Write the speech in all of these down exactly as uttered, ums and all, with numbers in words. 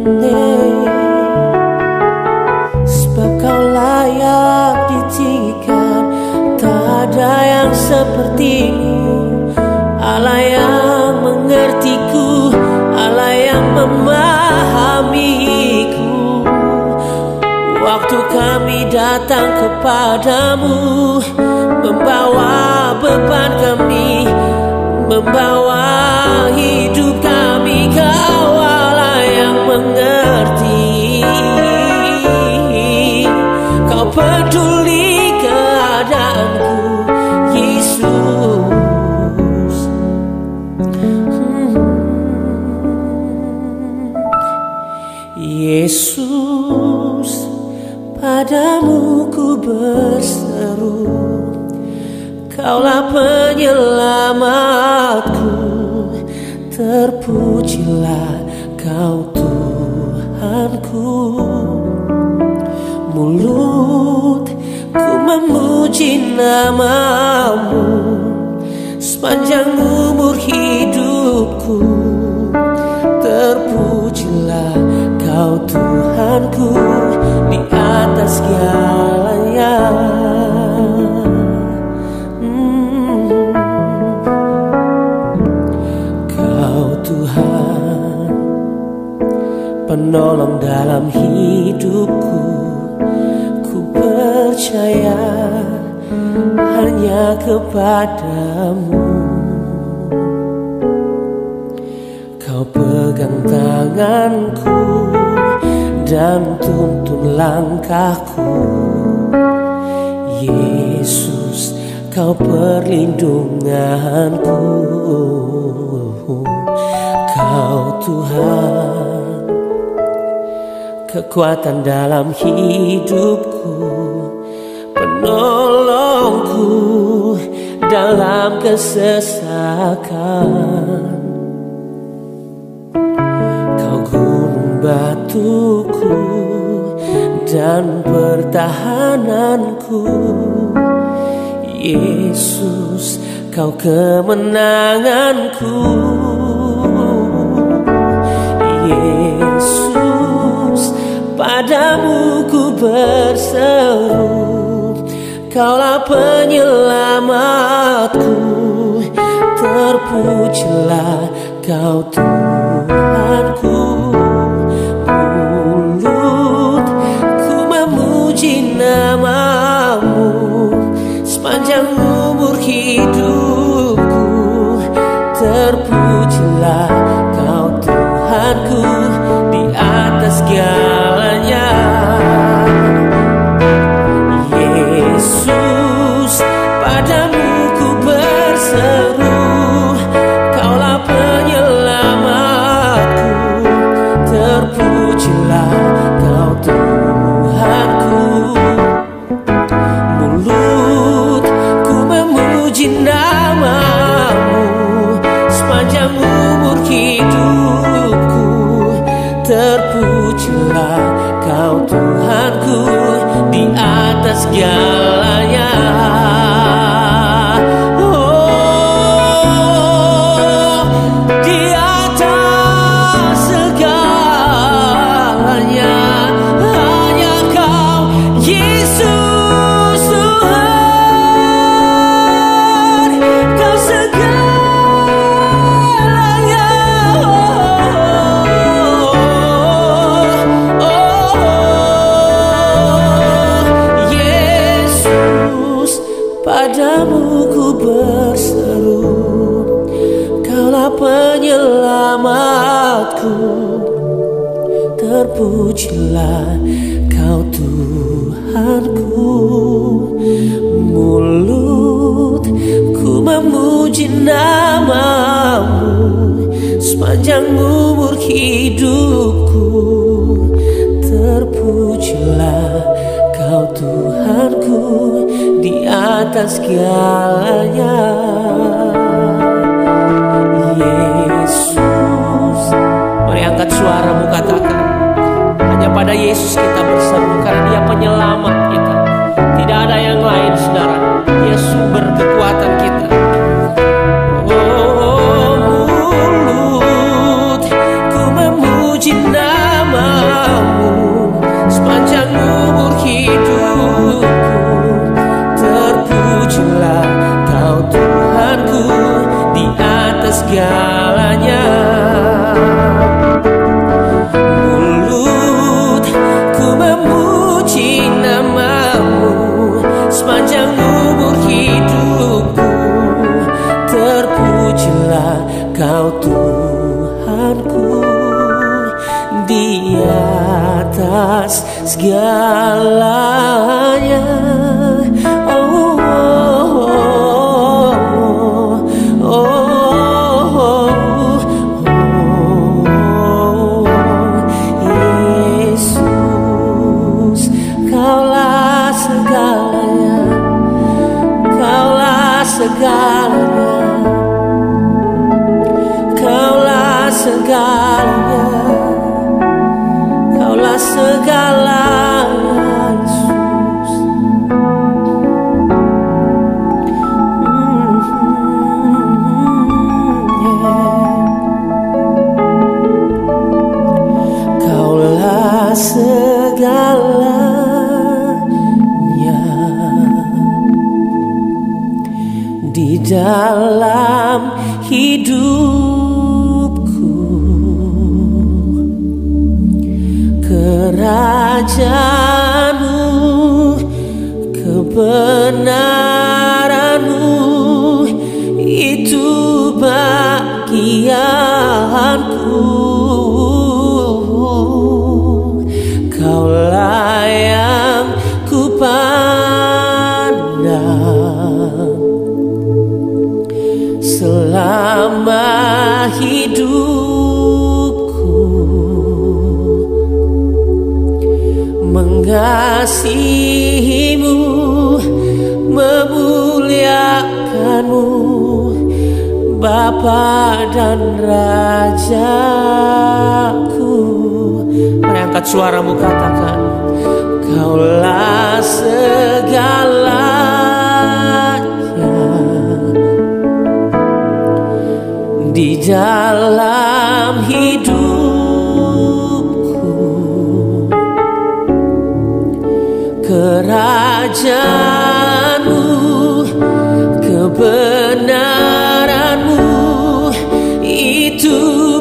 Sebab kau layak ditinggikan, tak ada yang sepertimu. Allah yang mengertiku, Allah yang memahamiku. Waktu kami datang kepadamu, membawa beban kami, membawa hidup kami, kau Allah yang mengerti. Kau peduli keadaanku, Yesus. hmm. Yesus, padamu ku berseru, Kaulah penyelamatku, terpujilah Kau Tuhanku. Mulutku memuji namamu sepanjang umur hidupku, terpujilah Kau Tuhanku di atas segalanya. Tuhan, penolong dalam hidupku, ku percaya hanya kepadamu. Kau pegang tanganku dan tuntun langkahku, Yesus, Kau perlindunganku. Kau Tuhan, kekuatan dalam hidupku, penolongku dalam kesesakan. Kau gunung batuku dan pertahananku, Yesus, Kau kemenanganku. Yesus, padamu ku berseru, Kaulah penyelamatku, terpujilah Kau Tuhanku. Mulutku memuji namamu sepanjang umur hidupku, terpujilah Kau Tuhanku di atas segalanya. Yesus, padamu ku berseru, Kaulah penyelamatku, terpujilah Kau Tuhanku. Mulutku memuji namamu sepanjang umur hidupku, terpujilah Kau Tuhanku di atas segalanya. Oh, di atas segalanya, hanya Kau, Yesus Tuhan, Kau segalanya. Padamu ku berseru, Kaulah penyelamatku, terpujilah Kau Tuhanku. Mulutku memuji namamu sepanjang umur hidupku, terpujilah Kau Tuhanku di atas segalanya. Yesus, mari angkat suaramu, katakan, hanya pada Yesus kita berseru, karena Dia penyelamat kita. Tidak ada yang lain, saudara. Dia sumber kekuatan kita. Oh, mulutku memuji nama segalanya. Mulutku memuji namamu sepanjang umur hidupku. Terpujilah Kau Tuhanku di atas segalanya. Oh, oh, oh, oh, oh, Yesus, Kaulah segalanya, Kaulah segalanya, Kaulah segalanya, Kaulah segalanya, Yesus. Mm-hmm, yeah. Kaulah segalanya di dalam hidupku. Kerajaanmu, kebenaranmu, itu bagianku. Kaulah yang kupandang selama hidupku. Mengasihimu, memuliakanmu, Bapa dan Rajaku. Mari angkat suaramu, katakan, Kaulah segalanya di dalam hidupku. Kerajaanmu, kebenaranmu, itu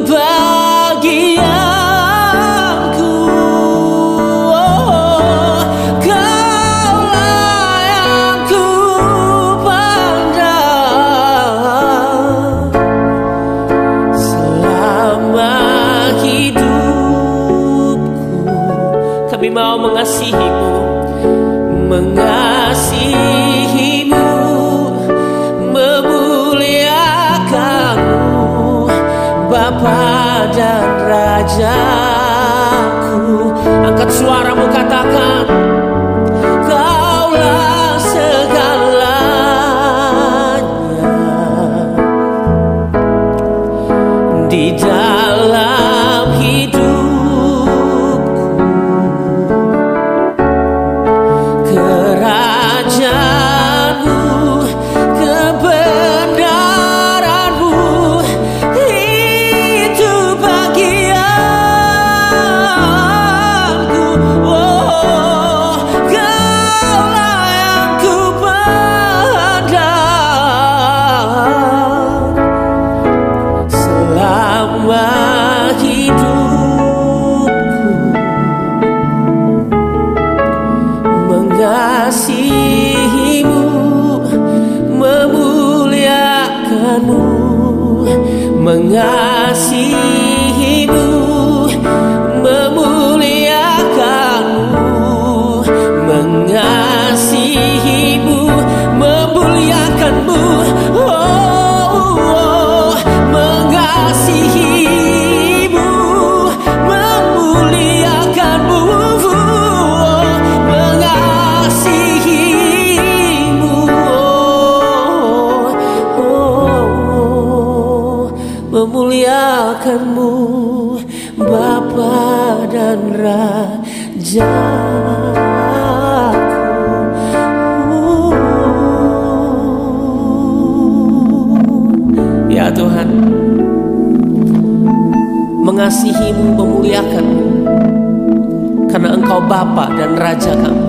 bagianku. Oh, Kaulah yang kupandang selama hidupku. Kami mau mengasihimu, mengasihimu, memuliakanmu, Bapa dan Rajaku. Angkat suaramu, katakan, Kaulah segalanya di dalam hidupku. Kerajaanmu, kebenaranmu, itu bagianku. Oh, Kaulah yang kupandang selama hidupku. Mengasihimu, memuliakanmu, mengasihimu, memuliakanmu, mengasihimu, memuliakanmu. Oh, oh, mengasihimu, memuliakanmu, mengasihimu, oh, oh, memuliakanmu, Bapa dan Rajaku. Ya Tuhan, mengasihimu, memuliakanmu, karena Engkau Bapa dan Raja kami.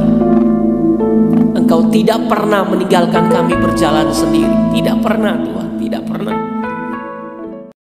Engkau tidak pernah meninggalkan kami berjalan sendiri. Tidak pernah Tuhan, tidak pernah.